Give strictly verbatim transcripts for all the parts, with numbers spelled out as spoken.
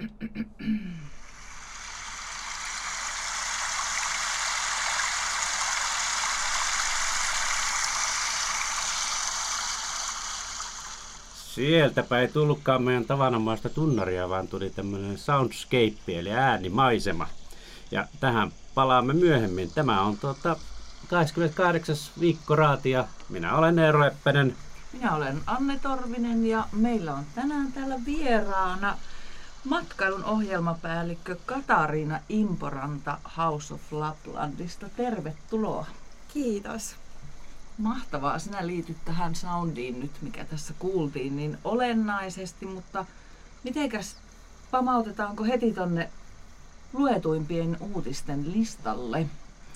Sieltäpä ei tullutkaan meidän tavanomaista tunnaria, vaan tuli tämmöinen soundscape eli äänimaisema. Ja tähän palaamme myöhemmin. Tämä on tuota kahdeskymmeneskahdeksas viikko raatia. Minä olen Eero Leppänen. Minä olen Anne Torvinen ja meillä on tänään täällä vieraana matkailun ohjelmapäällikkö Katariina Imporanta House of Laplandista. Tervetuloa. Kiitos. Mahtavaa, sinä liityt tähän soundiin nyt, mikä tässä kuultiin, niin olennaisesti, mutta mitenkäs pamautetaanko heti tonne luetuimpien uutisten listalle,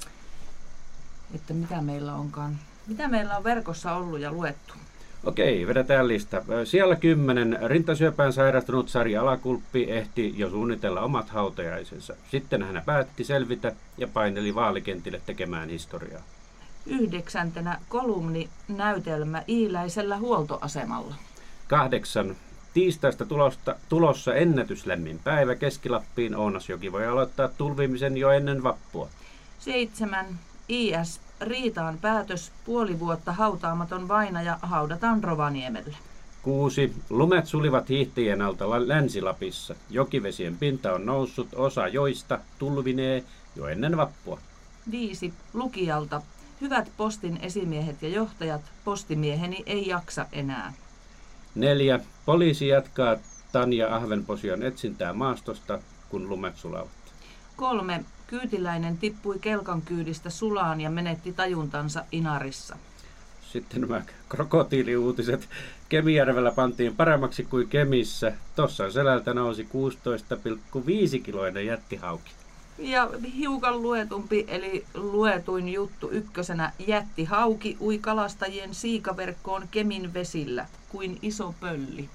että mitä meillä onkaan, mitä meillä on verkossa ollut ja luettu? Okei, vedetään lista. Siellä kymmenen rintasyöpään sairastunut Sari Alakulppi ehti jo suunnitella omat hautajaisensa. Sitten hän päätti selvitä ja paineli vaalikentille tekemään historiaa. Yhdeksäntenä kolumninäytelmä Iiläisellä huoltoasemalla. Kahdeksan. Tiistaista tulosta, tulossa ennätyslämmin päivä Keski-Lappiin. Ounasjoki voi aloittaa tulvimisen jo ennen vappua. Seitsemän. I S Riitaan päätös. Puoli vuotta hautaamaton vainaja haudataan Rovaniemelle. Kuusi. Lumet sulivat hiihtäjien alta Länsi-Lapissa. Jokivesien pinta on noussut, osa joista tulvinee jo ennen vappua. Viisi. Lukijalta. Hyvät postin esimiehet ja johtajat, postimieheni ei jaksa enää. Neljä. Poliisi jatkaa Tanja Ahvenposion etsintää maastosta, kun lumet sulavat. Kolme. Kyytiläinen tippui kelkan kyydistä sulaan ja menetti tajuntansa Inarissa. Sitten nämä krokotiiliuutiset. Kemijärvellä pantiin paremmaksi kuin Kemissä. Tossa selältä nousi kuusitoista pilkku viisi kiloinen jättihauki. Ja hiukan luetumpi, eli luetuin juttu ykkösenä, jättihauki ui kalastajien siikaverkkoon Kemin vesillä kuin iso pölli.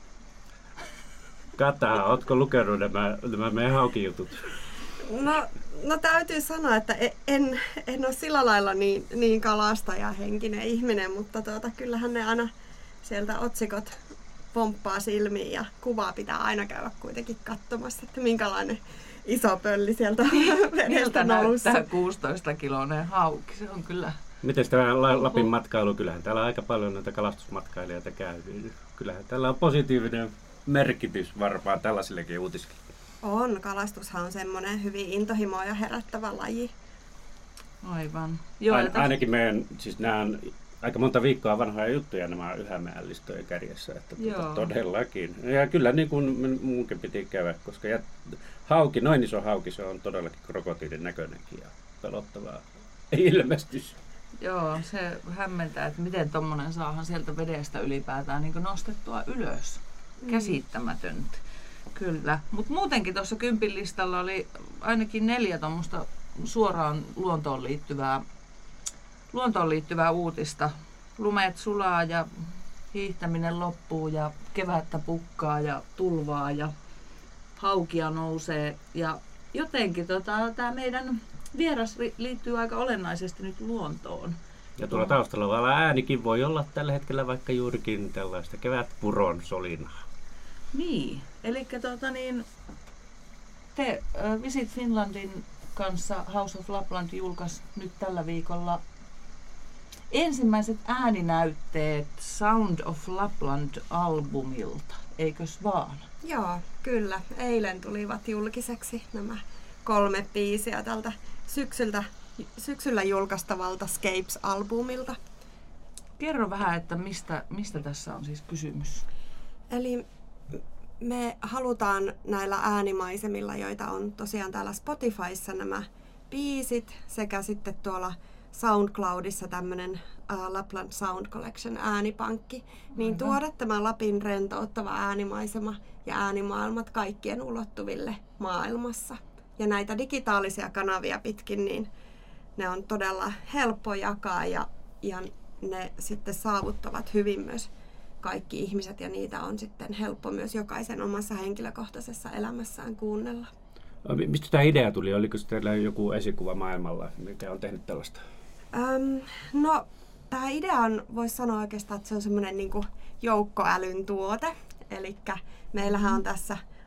Kata, ootko lukenut nämä, nämä meidän haukijutut? No, no täytyy sanoa, että en, en ole sillä lailla niin, niin kalastajahenkinen ihminen, mutta tuota, kyllähän ne aina sieltä otsikot pomppaa silmiin ja kuvaa pitää aina käydä kuitenkin katsomassa, että minkälainen iso pölli sieltä vedestä noussut. Näyttää kuusitoista-kiloinen hauki, se on kyllä. Miten tämä Lapin matkailu? Kyllähän täällä aika paljon näitä kalastusmatkailijoita käy. Kyllähän tällä on positiivinen merkitys varmaan tällaisillekin uutisille. On. Kalastushan on semmoinen hyvin intohimoa ja herättävä laji. Aivan. Joo, Ain, ainakin meidän, siis nämä on aika monta viikkoa vanhoja juttuja nämä Yhämäen listojen kärjessä, että tuota, todellakin. Ja kyllä niin kuin munkin piti käydä, koska jät, hauki, noin iso hauki, se on todellakin krokotiilin näköinenkin ja pelottavaa ilmestys. Joo, se hämmentää, että miten tommonen saahan sieltä vedestä ylipäätään niin nostettua ylös. Mm. Käsittämätöntä. Kyllä, mutta muutenkin tuossa kympin listalla oli ainakin neljä tuommoista suoraan luontoon liittyvää, luontoon liittyvää uutista. Lumet sulaa ja hiihtäminen loppuu ja kevättä pukkaa ja tulvaa ja haukia nousee. Ja jotenkin tota, tämä meidän vieras liittyy aika olennaisesti nyt luontoon. Ja tuolla taustalla oleva äänikin voi olla tällä hetkellä vaikka juurikin tällaista kevätpuron solinaa. Niin, eli tuota niin, te uh, Visit Finlandin kanssa House of Lapland julkaisi nyt tällä viikolla ensimmäiset ääninäytteet Sound of Lapland-albumilta, eikös vaan? Joo, kyllä. Eilen tulivat julkiseksi nämä kolme biisiä tältä syksyltä, syksyllä julkaistavalta Scapes-albumilta. Kerro vähän, että mistä, mistä tässä on siis kysymys? Eli me halutaan näillä äänimaisemilla, joita on tosiaan täällä Spotifyssa nämä biisit sekä sitten tuolla SoundCloudissa tämmöinen uh, Lapland Sound Collection äänipankki, niin tuoda tämä Lapin rentouttava äänimaisema ja äänimaailmat kaikkien ulottuville maailmassa. Ja näitä digitaalisia kanavia pitkin, niin ne on todella helppo jakaa ja, ja ne sitten saavuttavat hyvin myös kaikki ihmiset ja niitä on sitten helppo myös jokaisen omassa henkilökohtaisessa elämässään kuunnella. Mistä tämä idea tuli? Oliko teillä joku esikuva maailmalla, mikä on tehnyt tällaista? Öm, no, tämä idea on, voisi sanoa oikeastaan, että se on semmoinen niin kuin joukkoälyn tuote. Eli meillähän on tässä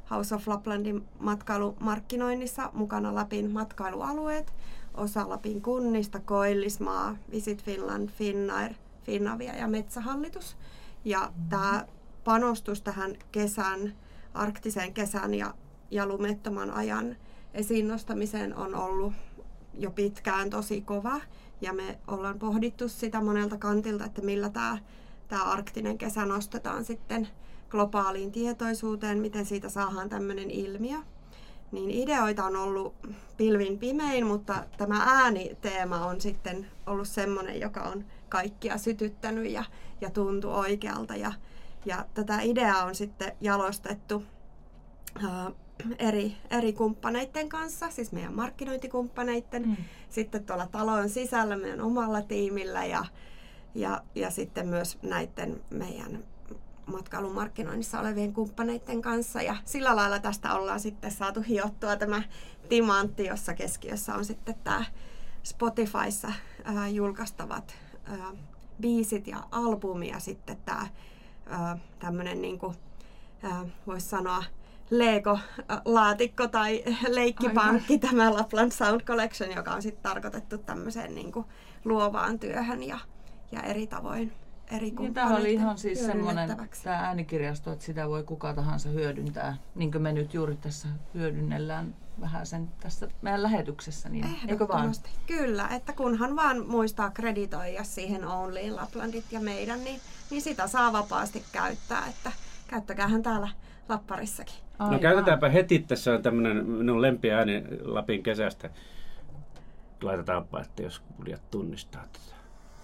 House of Laplandin matkailumarkkinoinnissa mukana Lapin matkailualueet, osa Lapin kunnista, Koillismaa, Visit Finland, Finnair, Finavia ja Metsähallitus. Ja mm-hmm. tämä panostus tähän kesän, arktisen kesän ja, ja lumettoman ajan esiin nostamiseen on ollut jo pitkään tosi kova. Ja me ollaan pohdittu sitä monelta kantilta, että millä tämä, tämä arktinen kesä nostetaan sitten globaaliin tietoisuuteen, miten siitä saadaan tämmöinen ilmiö. Niin ideoita on ollut pilvin pimein, mutta tämä ääniteema on sitten ollut semmoinen, joka on kaikkia sytyttänyt ja, ja tuntuu oikealta. Ja, ja tätä ideaa on sitten jalostettu ää, eri, eri kumppaneiden kanssa, siis meidän markkinointikumppaneiden, mm. sitten tuolla talon sisällä meidän omalla tiimillä ja, ja, ja sitten myös näiden meidän matkailumarkkinoinnissa olevien kumppaneiden kanssa. Ja sillä lailla tästä ollaan sitten saatu hiottua tämä timantti, jossa keskiössä on sitten tämä Spotifyssa ää, julkaistavat ää, biisit ja albumi ja sitten tämä ää, tämmöinen niinku, ää, voisi sanoa Lego-laatikko tai leikkipankki, aivan. Tämä Lapland Sound Collection, joka on sitten tarkoitettu tämmöiseen niinku luovaan työhön ja, ja eri tavoin eri kumppaneiden. Tämä oli ihan siis semmoinen tämä äänikirjasto, että sitä voi kuka tahansa hyödyntää, niin kuin me nyt juuri tässä hyödynnellään vähän sen tässä meidän lähetyksessä, niin eikö vaan? Kyllä, että kunhan vaan muistaa kreditoida siihen Onlyin Laplandit ja meidän, niin, niin sitä saa vapaasti käyttää, että käyttäkäähän täällä Lapparissakin. Aivan. No käytetäänpä heti, tässä on tämmöinen minun lempiääni Lapin kesästä. Laitetaanpa, että jos kuulijat tunnistaa tätä.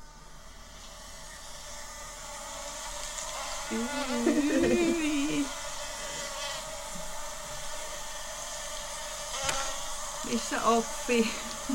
Missä oppi?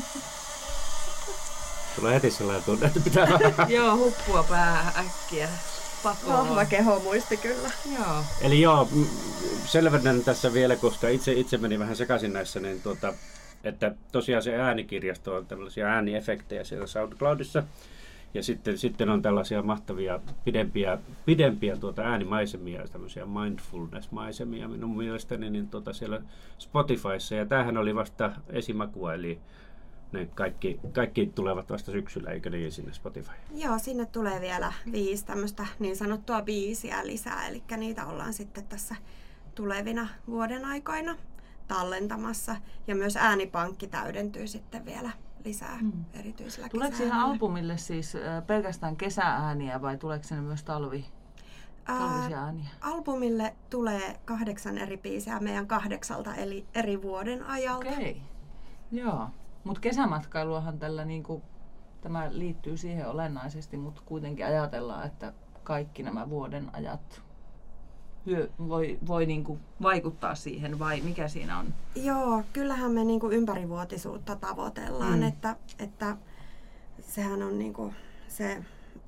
Tulee heti sellainen tunne, että pitää... Joo, huppua päähän äkkiä. Vahva keho muisti kyllä. Joo. Eli joo, selvennän tässä vielä, koska itse, itse meni vähän sekaisin näissä, niin tuota, että tosiaan se äänikirjasto on tällaisia ääniefektejä siellä SoundCloudissa. Ja sitten, sitten on tällaisia mahtavia pidempiä, pidempiä tuota äänimaisemia, tämmöisiä mindfulness-maisemia minun mielestäni niin tuota siellä Spotifyssa. Ja tämähän oli vasta esimakua, eli ne kaikki, kaikki tulevat vasta syksyllä, eikö niin, sinne Spotify? Joo, sinne tulee vielä viisi tämmöistä niin sanottua biisiä lisää, eli niitä ollaan sitten tässä tulevina vuoden aikoina tallentamassa. Ja myös äänipankki täydentyy sitten vielä lisää mm. erityisillä Tuleeko siihen albumille siis äh, pelkästään kesäääniä vai tuleeko sinne myös talvi, talvisia ääniä? Ää, albumille tulee kahdeksan eri biisiä meidän kahdeksalta eli eri vuoden ajalta. Okei, okay. Joo. Mutta kesämatkailuahan tällä niinku, tämä liittyy siihen olennaisesti, mutta kuitenkin ajatellaan, että kaikki nämä vuoden ajat hyö, voi, voi niinku vaikuttaa siihen, vai mikä siinä on? Joo, kyllähän me niinku ympärivuotisuutta tavoitellaan, mm. että, että sehän on niinku se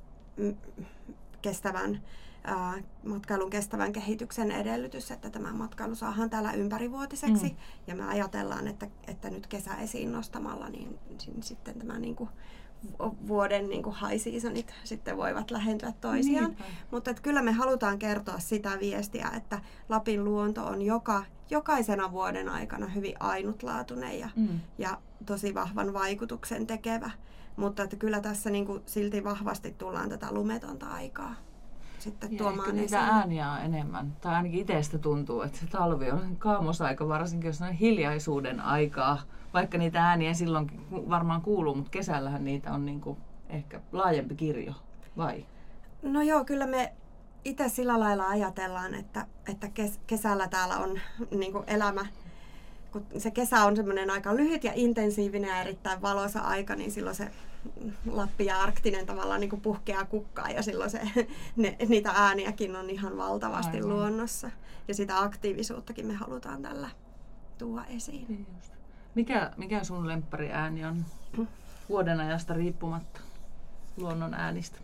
kestävän, ää, matkailun kestävän kehityksen edellytys, että tämä matkailu saadaan täällä ympärivuotiseksi. Mm. Ja me ajatellaan, että, että nyt kesä esiin nostamalla, niin, niin sitten tämä niinku vuoden niin kuin high seasonit sitten voivat lähentyä toisiaan. Niin. Mutta että kyllä me halutaan kertoa sitä viestiä, että Lapin luonto on joka, jokaisena vuoden aikana hyvin ainutlaatuinen ja, mm. ja tosi vahvan vaikutuksen tekevä. Mutta että kyllä tässä niin kuin silti vahvasti tullaan tätä lumetonta aikaa sitten ja tuomaan niitä ääniä on enemmän. Tai ainakin itsestä tuntuu, että se talvi on kaamosaika, varsinkin jos on hiljaisuuden aikaa. Vaikka niitä ääniä silloin varmaan kuuluu, mutta kesällähän niitä on niinku ehkä laajempi kirjo, vai? No joo, kyllä me itse sillä lailla ajatellaan, että, että kes, kesällä täällä on niinku elämä. Kun se kesä on semmoinen aika lyhyt ja intensiivinen ja erittäin valoisa aika, niin silloin se Lappi ja arktinen tavallaan niinku puhkeaa kukkaa ja silloin se, ne, niitä ääniäkin on ihan valtavasti Aivan. luonnossa. Ja sitä aktiivisuuttakin me halutaan tällä tuoda esiin. Just. Mikä, mikä sun lemppariääni on vuodenajasta riippumatta luonnon äänistä?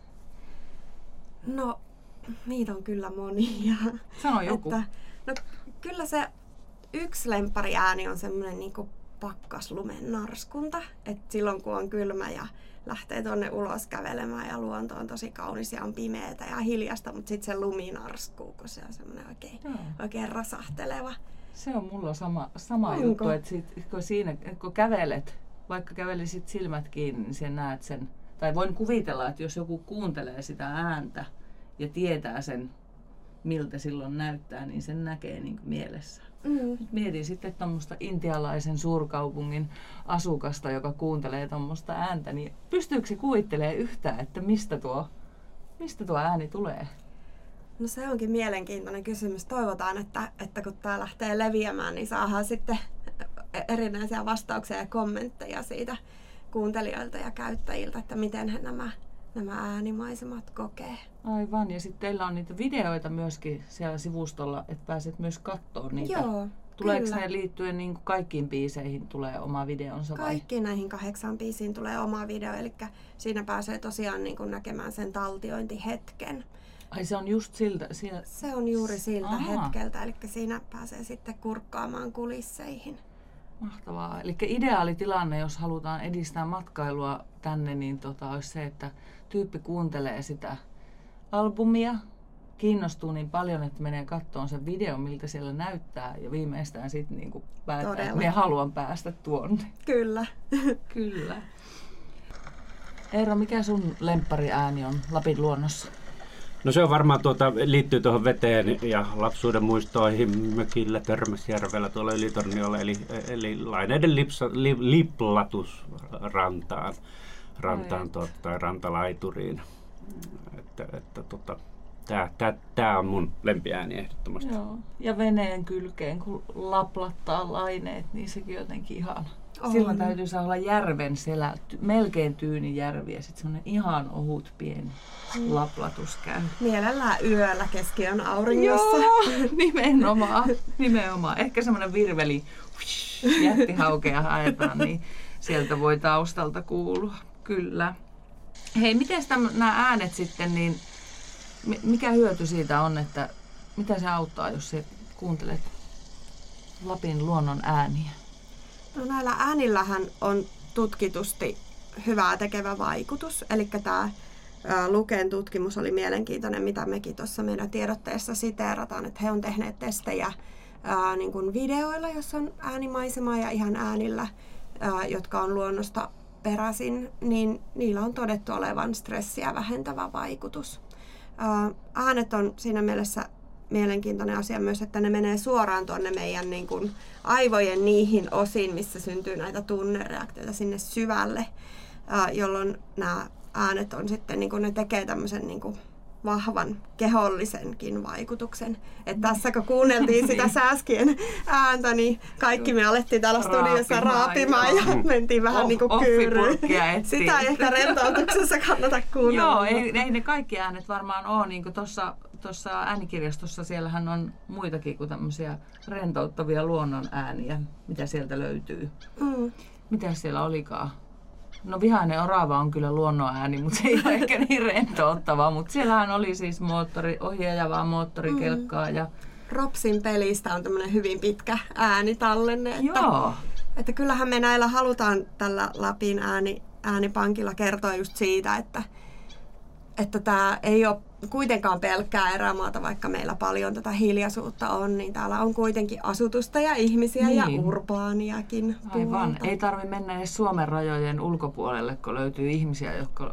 No, niitä on kyllä monia. Sano joku. Että, no, kyllä se yksi lemppariääni on semmoinen niinku pakkaslumen narskunta. Et silloin kun on kylmä ja lähtee tuonne ulos kävelemään ja luonto on tosi kaunis ja on pimeätä ja hiljasta, mutta sitten se lumi narskuu, kun se on semmoinen oikein, oikein rasahteleva. Se on mulla sama, sama juttu, että sit, kun siinä, kun kävelet, vaikka kävelisit silmät kiinni, niin sen näet sen. Tai voin kuvitella, että jos joku kuuntelee sitä ääntä ja tietää sen, miltä silloin näyttää, niin sen näkee niin kuin mielessä. Mm. Mietin sitten tuommoista intialaisen suurkaupungin asukasta, joka kuuntelee tuommoista ääntä, niin pystyykö se kuvittelemaan yhtään, että mistä tuo, mistä tuo ääni tulee? No se onkin mielenkiintoinen kysymys. Toivotaan, että, että kun tämä lähtee leviämään, niin saadaan sitten erinäisiä vastauksia ja kommentteja siitä kuuntelijoilta ja käyttäjiltä, että miten he nämä, nämä äänimaisemat kokee. Aivan, ja sitten teillä on niitä videoita myöskin siellä sivustolla, että pääset myös katsoa niitä. Joo, Tuleeko kyllä. ne liittyen niin kuin kaikkiin biiseihin tulee oma videonsa vai? Kaikkiin näihin kahdeksaan biisiin tulee oma video, eli siinä pääsee tosiaan niin kuin näkemään sen taltiointihetken. Ai se on just siltä? Siinä... Se on juuri siltä Aha. hetkeltä, eli siinä pääsee sitten kurkkaamaan kulisseihin. Mahtavaa. Eli ideaalitilanne, jos halutaan edistää matkailua tänne, niin tota, olisi se, että tyyppi kuuntelee sitä albumia, kiinnostuu niin paljon, että menee katsomaan sen videon, miltä siellä näyttää, ja viimeistään sitten niin päättää, Todella. että minä haluan päästä tuonne. Kyllä. Kyllä. Eero, mikä sun lemppariääni on Lapin luonnossa? No se on varmaan tuota, liittyy tuohon veteen ja lapsuuden muistoihin mökillä Törmäsjärvellä tuolla Ylitorniolla, eli, eli laineiden lipsa, li, liplatus rantaan, rantaan tuota, tai rantalaituriin. Että, että, tota, tää, tää, tää on mun lempiääni ehdottomasti. Joo. Ja veneen kylkeen, kun laplattaa laineet, niin sekin jotenkin ihana. On. Silloin täytyy saada olla järven selä, melkein tyyni järvi ja sitten semmoinen ihan ohut pieni mm. laplatus käy. Mielellään yöllä keskiön auringossa. Joo, nimenomaan. nimenomaan. Ehkä semmoinen virveli, jättihaukea haetaan, niin sieltä voi taustalta kuulua. Kyllä. Hei, miten nämä äänet sitten, niin mikä hyöty siitä on, että mitä se auttaa, jos sä kuuntelet Lapin luonnon ääniä? No näillä äänillähän on tutkitusti hyvää tekevä vaikutus. Eli tämä Luken tutkimus oli mielenkiintoinen, mitä mekin tuossa meidän tiedotteessa siteerataan, että he on tehneet testejä ää, niin kuin videoilla, jossa on äänimaisemaa ja ihan äänillä, ää, jotka on luonnosta peräisin, niin niillä on todettu olevan stressiä vähentävä vaikutus. Ää, äänet on siinä mielessä mielenkiintoinen asia myös, että ne menee suoraan tuonne meidän niin kuin aivojen niihin osiin, missä syntyy näitä tunnereaktioita sinne syvälle, ää, jolloin nämä äänet on sitten, niin kuin ne tekee tämmöisen niin kuin vahvan kehollisenkin vaikutuksen. Että tässä kun kuunneltiin sitä sääskien ääntä, niin kaikki me alettiin täällä studiossa raapimaan ja mentiin vähän oh, niin kuin kyyryyn. Sitä ei ehkä rentoutuksessa kannata kuunnella. Joo, ei, ei ne kaikki äänet varmaan ole. Niin kuin tuossa, tuossa äänikirjastossa siellähän on muitakin kuin tämmöisiä rentouttavia luonnon ääniä, mitä sieltä löytyy. Mm. Mitä siellä olikaan? No vihainen orava on kyllä luonnon ääni, mutta se ei ole ehkä niin rentouttava. Mutta siellähän oli siis moottori, ohjaajavaa moottorikelkkaa. Mm. Ja Ropsin pelistä on tämmöinen hyvin pitkä äänitallenne. Että, Joo. että kyllähän me näillä halutaan tällä Lapin ääni, äänipankilla kertoa just siitä, että että tämä ei ole kuitenkaan pelkkää erämaata, vaikka meillä paljon tätä hiljaisuutta on, niin täällä on kuitenkin asutusta ja ihmisiä niin. ja urbaaniakin. Aivan. Puolta. Ei tarvitse mennä edes Suomen rajojen ulkopuolelle, kun löytyy ihmisiä, jotka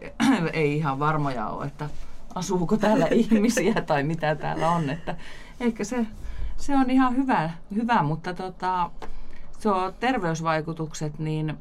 ei ihan varmoja ole, että asuuko täällä ihmisiä tai mitä täällä on. Että ehkä se, se on ihan hyvä, hyvä mutta tota, se on terveysvaikutukset, niin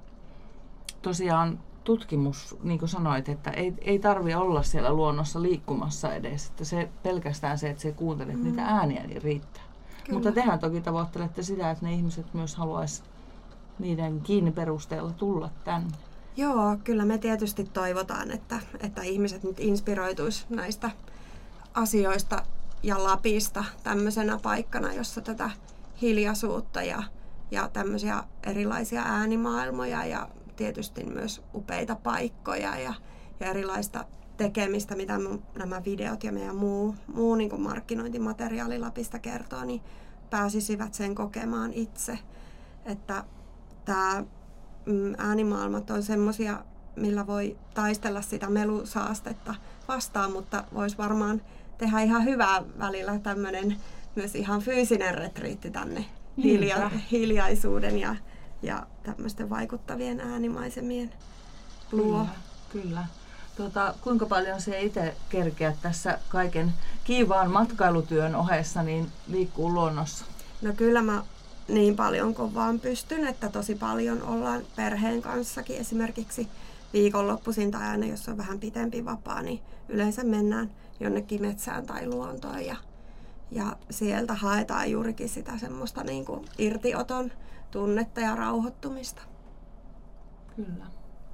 tosiaan tutkimus, niin kuin sanoit, että ei, ei tarvitse olla siellä luonnossa liikkumassa edes. Että se, pelkästään se, että se kuuntelet mm. niitä ääniä, niin riittää. Kyllä. Mutta tehän toki tavoittelette sitä, että ne ihmiset myös haluaisi niiden kiinni perusteella tulla tänne. Joo, kyllä me tietysti toivotaan, että, että ihmiset nyt inspiroituisi näistä asioista ja Lapista tämmöisenä paikkana, jossa tätä hiljaisuutta ja, ja tämmöisiä erilaisia äänimaailmoja ja tietysti myös upeita paikkoja ja, ja erilaista tekemistä, mitä nämä videot ja meidän muu, muu niin kuin markkinointimateriaali Lapista kertoo, niin pääsisivät sen kokemaan itse. Että tämä mm, äänimaailmat on semmoisia, millä voi taistella sitä melusaastetta vastaan, mutta voisi varmaan tehdä ihan hyvää välillä tämmöinen myös ihan fyysinen retriitti tänne hilja, hiljaisuuden ja, ja tämmöisten vaikuttavien äänimaisemien luo. Kyllä, kyllä. Tota, kuinka paljon se itse kerkeät tässä kaiken kiivaan matkailutyön ohessa niin liikkuu luonnossa? No kyllä mä niin paljon kuin vaan pystyn, että tosi paljon ollaan perheen kanssakin. Esimerkiksi viikonloppuisin tai aina jos on vähän pitempi vapaa, niin yleensä mennään jonnekin metsään tai luontoon ja, ja sieltä haetaan juurikin sitä semmoista niin kuin irtioton tunnetta ja rauhoittumista. Kyllä.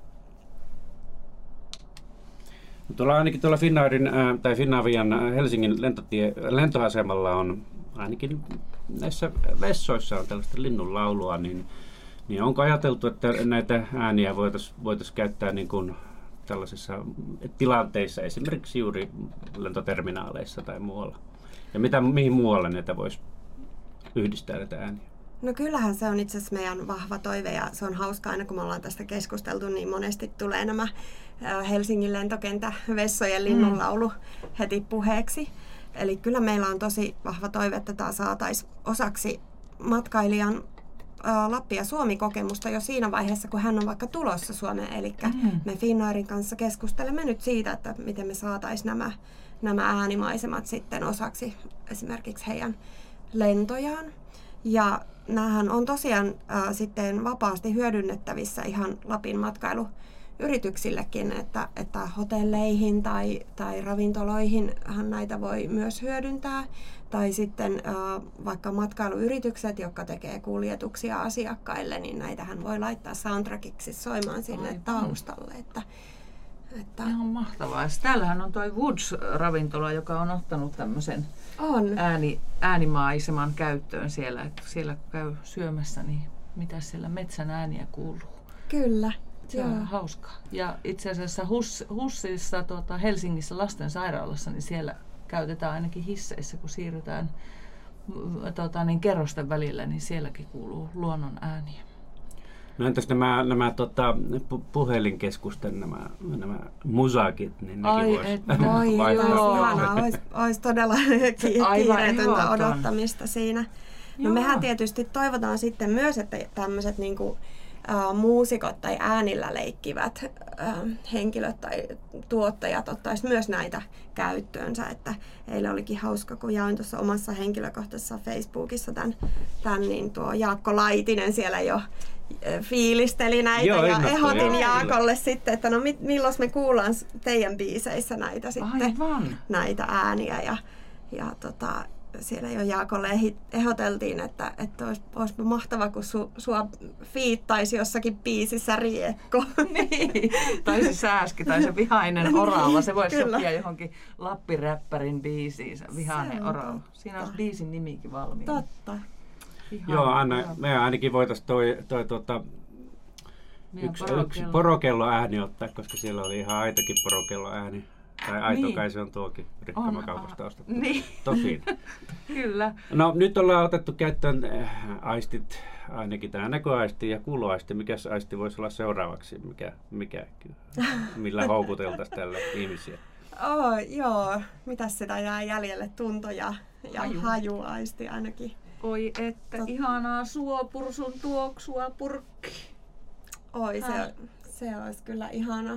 Tuolla ainakin tuolla Finnairin ää, tai Finnavian Helsingin lentotie, lentoasemalla on ainakin näissä vessoissa on tällaista linnunlaulua, niin, niin onko ajateltu, että näitä ääniä voitaisiin voitais käyttää niin kuin tällaisissa tilanteissa, esimerkiksi juuri lentoterminaaleissa tai muualla? Ja mitä, mihin muualle näitä voisi yhdistää näitä ääniä? No kyllähän se on itse asiassa meidän vahva toive ja se on hauska aina kun me ollaan tästä keskusteltu, niin monesti tulee nämä Helsingin lentokentän vessojen linnunlaulu heti puheeksi. Eli kyllä meillä on tosi vahva toive, että tämä saataisiin osaksi matkailijan ä, Lappi- ja Suomi-kokemusta jo siinä vaiheessa, kun hän on vaikka tulossa Suomeen. Eli mm. me Finnairin kanssa keskustelemme nyt siitä, että miten me saataisiin nämä, nämä äänimaisemat sitten osaksi esimerkiksi heidän lentojaan. Ja näähän on tosiaan ä, sitten vapaasti hyödynnettävissä ihan Lapin matkailuyrityksillekin, että, että hotelleihin tai, tai ravintoloihin näitä voi myös hyödyntää. Tai sitten ä, vaikka matkailuyritykset, jotka tekee kuljetuksia asiakkaille, niin näitähän voi laittaa soundtrackiksi soimaan sinne Aivan. taustalle. Että, että ihan mahtavaa. Täällähän on toi Woods-ravintola, joka on ottanut tämmöisen on. Ääni, äänimaiseman käyttöön siellä. Että siellä kun käy syömässä, niin mitä siellä metsän ääniä kuuluu. Kyllä. Se on hauskaa. Ja itse asiassa Hus, Hussissa tuota, Helsingissä lastensairaalassa, niin siellä käytetään ainakin hisseissä, kun siirrytään tuota, niin kerrosten välillä, niin sielläkin kuuluu luonnon ääniä. No entäs nämä, nämä tota, puhelinkeskusten nämä, nämä musakit, niin nekin voisi vaihtaa. Olisi, olisi todella kiireetöntä odottamista siinä. No mehän tietysti toivotaan sitten myös, että tämmöiset niinku, Uh, muusikot tai äänillä leikkivät uh, henkilöt tai tuottajat ottaisi myös näitä käyttöönsä. Että eilen olikin hauska, kun jaoin tuossa omassa henkilökohtaisessa Facebookissa tämän, tämän niin tuo Jaakko Laitinen siellä jo fiilisteli näitä. Joo, ja ehdotin Jaakolle sitten, että no milloin me kuullaan teidän biiseissä näitä sitten, Aivan. näitä ääniä. Ja, ja tota, siellä jo Jaakolle ehdoteltiin, että, että olisi, olisi mahtavaa, kun su, sua fiittaisi jossakin biisissä Riekko. Niin. Tai se Sääski tai se Vihainen orava. Se voisi sopia johonkin Lappiräppärin biisiin, se Vihainen orava. Siinä olisi biisin nimikin valmiina. Totta. Vihainen Joo, Anna, me ainakin voitaisiin toi, toi tuota, yksi, yksi porokello ääni ottaa, koska siellä oli ihan aitokin porokello ääni. Tai aito niin. Kai se on tuokin Rikkamäkaupasta ostettu. Niin. Tosin. Kyllä. No nyt ollaan otettu käyttöön aistit, ainakin tämä näköaisti ja kuuloaisti. Mikäs aisti voisi olla seuraavaksi? Mikä, mikä, millä houkuteltaisiin tällä ihmisiä? Oh, joo. Mitäs sitä jää jäljelle? Tunto ja, ja Haju. hajuaisti ainakin. Oi että Tot... ihanaa suopursun tuoksua purkki. Oi se, se olisi kyllä ihana.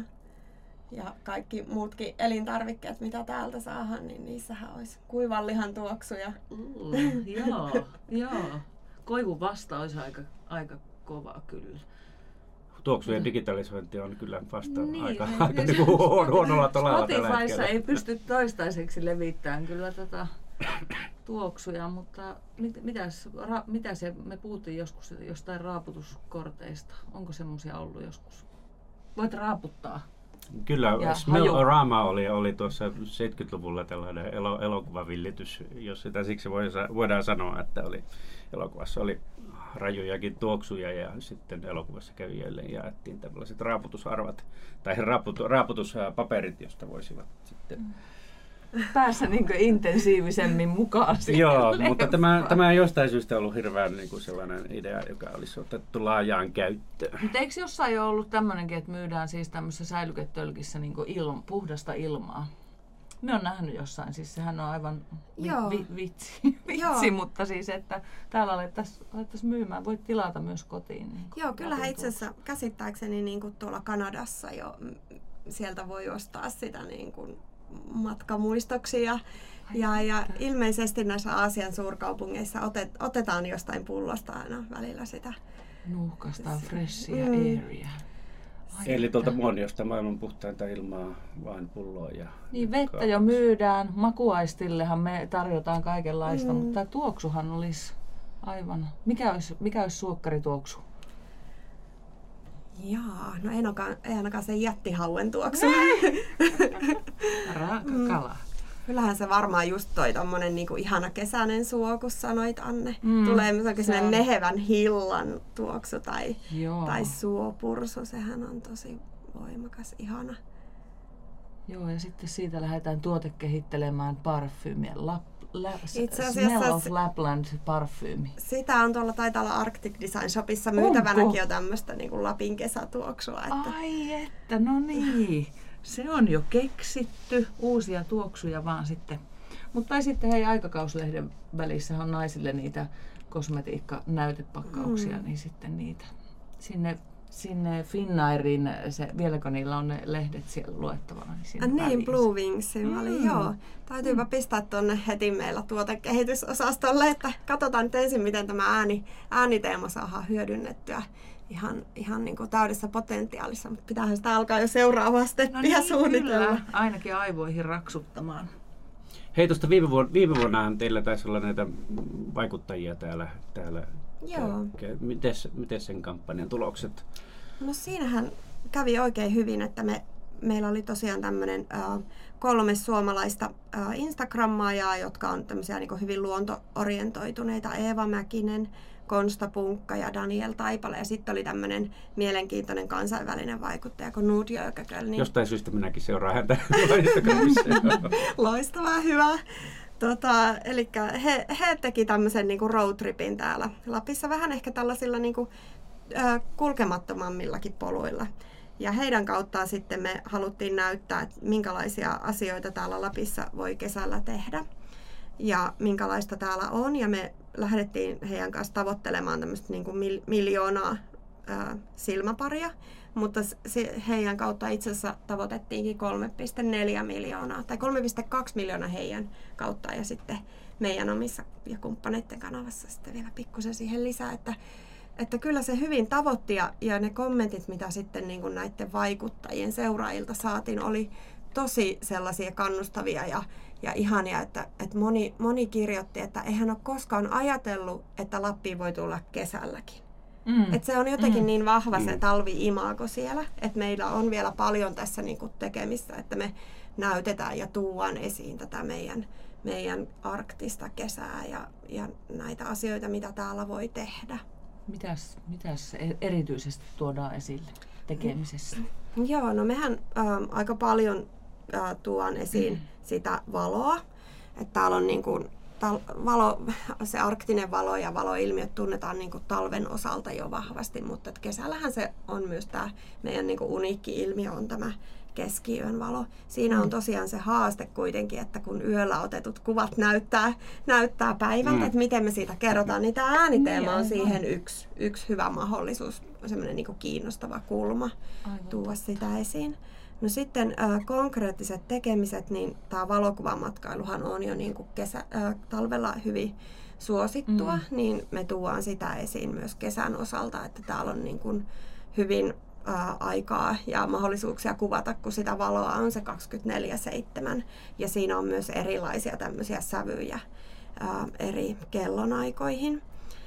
Ja kaikki muutkin elintarvikkeet, mitä täältä saadaan, niin niissähän olisi kuivanlihan tuoksuja. Mm, joo, joo. Koivun vasta olisi aika, aika kova kyllä. Tuoksujen digitalisointi on kyllä vasta niin, aika, niin, aika niin huonolla tolalla tällä hetkellä. Spotifyssa ei pysty toistaiseksi levittämään kyllä tota tuoksuja, mutta mit, mitäs, ra, mitä se, me puhuttiin joskus jostain raaputuskorteista. Onko semmoisia ollut joskus? Voit raaputtaa. Kyllä, Smell-O-Rama oli, oli tuossa seitsemänkymmentäluvulla tällainen elo, elokuvavillitys, jos sitä siksi voidaan sanoa, että oli, elokuvassa oli rajujakin tuoksuja ja sitten elokuvassa kävijöille jaettiin tällaiset raaputusarvat tai raaput, raaputuspaperit, josta voisivat sitten päässä niin kuin intensiivisemmin mukaan. Joo, mutta tämä, tämä ei jostain syystä ollut hirveän niin kuin sellainen idea, joka olisi otettu laajaan käyttöön. Mutta eikö jossain ole ollut tämmöinenkin, että myydään siis tämmöisessä säilyketölkissä niin kuin ilma, puhdasta ilmaa? Ne on nähnyt jossain, siis sehän on aivan vi- vi- vitsi, vitsi mutta siis, että täällä alettaisiin alettais myymään, voit tilata myös kotiin. Niin Joo, kyllähän itse asiassa käsittääkseni niin kuin tuolla Kanadassa jo sieltä voi ostaa sitä niin kuin matkamuistoksia. Ja, ja ilmeisesti näissä Aasian suurkaupungeissa otet, otetaan jostain pullosta aina välillä sitä. Nuuhkastaan freshia Mm. airia. Eli tuolta Muoniosta maailman puhtainta ilmaa vain pulloa. Ja niin vettä jo myydään. Makuaistillehan me tarjotaan kaikenlaista, mm. mutta tämä tuoksuhan olisi aivan... Mikä olisi, mikä olisi suokkarituoksu? Jaa, no ei ainakaan, ei ainakaan se jättihauen tuoksu. Raaka kala. Kyllähän se varmaan just toi tommonen niinku ihana kesäinen suo, kun sanoit, Anne. Mm, Tulee myös se on. nehevän hillan tuoksu tai, Joo. tai suopursu. Sehän on tosi voimakas, ihana. Joo, ja sitten siitä lähdetään tuotekehittelemään parfyymiä. Lap, la, Itse asiassa Smell of se- Lapland parfyymi. Sitä on tuolla, taitaa olla Arctic Design Shopissa myytävänäkin jo tämmöistä niinku Lapin kesätuoksua. Että... Ai että, no niin. Se on jo keksitty. Uusia tuoksuja vaan sitten. Mutta tai sitten hei, aikakauslehden välissä on naisille niitä kosmetiikka-näytepakkauksia, mm. niin sitten niitä sinne, sinne Finnairin, se, vieläkö niillä on ne lehdet siellä luettavana? Niin, sinne Ah, niin, väliin. Blue Wingsin mm. oli, joo. Täytyypä mm. pistää tuonne heti meillä tuotekehitysosastolle, että katsotaan nyt ensin, miten tämä ääni, ääniteema saadaan hyödynnettyä ihan, ihan niin kuin täydessä potentiaalissa, mutta pitäähän sitä alkaa jo seuraavaa steppia no niin, suunnitella. Kyllä, ainakin aivoihin raksuttamaan. Hei, tuosta viime, vuonna, viime vuonnahan teillä taisi olla näitä vaikuttajia täällä. täällä. Joo. Mites, mites sen kampanjan tulokset? No siinähän kävi oikein hyvin, että me, meillä oli tosiaan tämmöinen äh, kolme suomalaista äh, Instagrammaajaa, jotka on tämmöisiä niin kuin hyvin luontoorientoituneita. Eeva Mäkinen, Konsta Punkka ja Daniel Taipale. Ja sitten oli tämmöinen mielenkiintoinen kansainvälinen vaikuttaja kuin Nude Jökököl. Niin... Jostain syystä minäkin seuraan häntä. Loistavaa, hyvä. Tota, eli he, he teki tämmöisen niinku roadtripin täällä Lapissa, vähän ehkä tällaisilla niinku, äh, kulkemattomammillakin poluilla. Ja heidän kauttaan sitten me haluttiin näyttää, että minkälaisia asioita täällä Lapissa voi kesällä tehdä ja minkälaista täällä on. Ja me lähdettiin heidän kanssa tavoittelemaan tämmöistä niinku mil, miljoonaa äh, silmäparia. Mutta se, heidän kautta itse asiassa tavoitettiinkin kolme pilkku neljä miljoonaa, tai kolme pilkku kaksi miljoonaa heidän kautta, ja sitten meidän omissa ja kumppaneiden kanavassa sitten vielä pikkusen siihen lisää, että, että kyllä se hyvin tavoitti, ja, ja ne kommentit, mitä sitten niin kuin näiden vaikuttajien seuraajilta saatiin, oli tosi sellaisia kannustavia ja, ja ihania, että, että moni, moni kirjoitti, että eihän ole koskaan ajatellut, että Lappiin voi tulla kesälläkin. Mm. Et se on jotenkin mm. niin vahva se talvi-imago siellä, että meillä on vielä paljon tässä niinku tekemistä, että me näytetään ja tuodaan esiin tätä meidän, meidän arktista kesää ja, ja näitä asioita, mitä täällä voi tehdä. Mitäs, mitäs erityisesti tuodaan esille tekemisessä? Mm. Joo, no mehän äh, aika paljon äh, tuon esiin mm. sitä valoa, että täällä on niin kuin Valo, se arktinen valo ja valoilmiöt tunnetaan niin kuin talven osalta jo vahvasti, mutta että kesällähän se on myös tämä meidän niin kuin uniikki ilmiö on tämä keskiyön valo. Siinä on tosiaan se haaste kuitenkin, että kun yöllä otetut kuvat näyttää, näyttää päivältä, mm. että miten me siitä kerrotaan, niin tämä ääniteema on siihen yksi, yksi hyvä mahdollisuus, semmoinen niin kuin kiinnostava kulma Aivan tuoda totta. sitä esiin. No sitten äh, konkreettiset tekemiset, niin tämä valokuvamatkailuhan on jo niin kuin kesä, äh, talvella hyvin suosittua, mm. niin me tuodaan sitä esiin myös kesän osalta, että täällä on niin kuin hyvin äh, aikaa ja mahdollisuuksia kuvata, kun sitä valoa on se kaksikymmentäneljä seitsemän. Ja siinä on myös erilaisia tämmöisiä sävyjä äh, eri kellonaikoihin.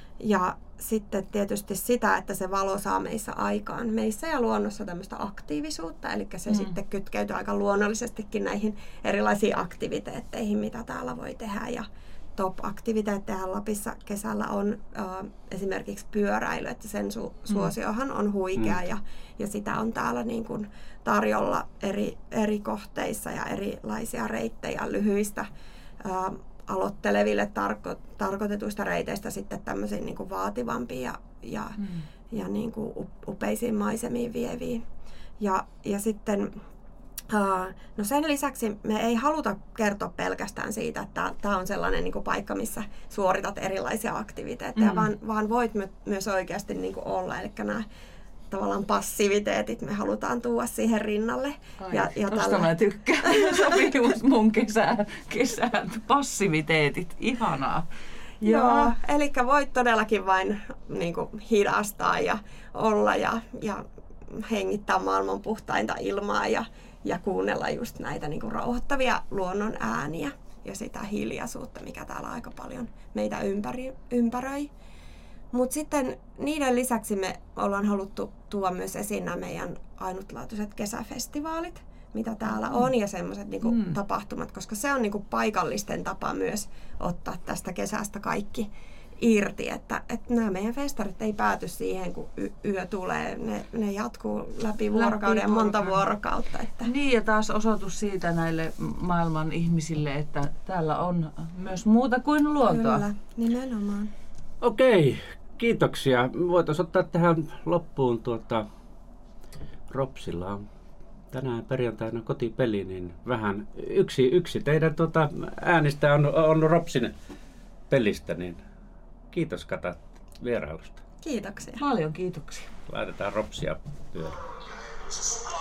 Ja sitten tietysti sitä, että se valo saa meissä aikaan, meissä ja luonnossa tämmöistä aktiivisuutta, eli se mm. sitten kytkeytyy aika luonnollisestikin näihin erilaisiin aktiviteetteihin, mitä täällä voi tehdä. Ja top-aktiviteetteja Lapissa kesällä on äh, esimerkiksi pyöräily, että sen su- suosiohan on huikea mm. ja, ja sitä on täällä niin kuin tarjolla eri, eri kohteissa ja erilaisia reittejä lyhyistä äh, aloitteleville tarko- tarkoitetuista reiteistä sitten tämmöisiin niin kuin vaativampiin ja, ja, mm. ja niin kuin upeisiin maisemiin vieviin. Ja, ja sitten No sen lisäksi me ei haluta kertoa pelkästään siitä, että tämä on sellainen niin kuin paikka, missä suoritat erilaisia aktiviteetteja, mm. vaan, vaan voit my, myös oikeasti niin kuin olla. Eli nämä tavallaan passiviteetit me halutaan tuoda siihen rinnalle. Ai, ja, ja tosta tällä... mä tykkään. Sopii just mun kesään, kesään passiviteetit. Ihanaa. Joo, eli voit todellakin vain niin kuin, hidastaa ja olla ja, ja hengittää maailman puhtainta ilmaa ja, ja kuunnella just näitä niin kuin, rauhoittavia luonnon ääniä ja sitä hiljaisuutta, mikä täällä aika paljon meitä ympäri, ympäröi. Mutta sitten niiden lisäksi me ollaan haluttu tuoda myös esiin nämä meidän ainutlaatuiset kesäfestivaalit, mitä täällä on, ja semmoiset niinku mm. tapahtumat, koska se on niinku paikallisten tapa myös ottaa tästä kesästä kaikki irti, että, että nämä meidän festarit ei pääty siihen, kun y- yö tulee, ne, ne jatkuu läpi vuorokauden ja monta vuorokautta. Että. Niin, ja taas osoitus siitä näille maailman ihmisille, että täällä on myös muuta kuin luontoa. Kyllä, nimenomaan. Okei, kiitoksia. Voitaisiin ottaa tähän loppuun tuota, Ropsilla on tänään perjantaina kotipeli, niin vähän yksi, yksi teidän tuota, äänistä on, on Ropsin pelistä, niin kiitos Kata vierailusta. Kiitoksia. Paljon kiitoksia. Laitetaan Ropsia pyörään.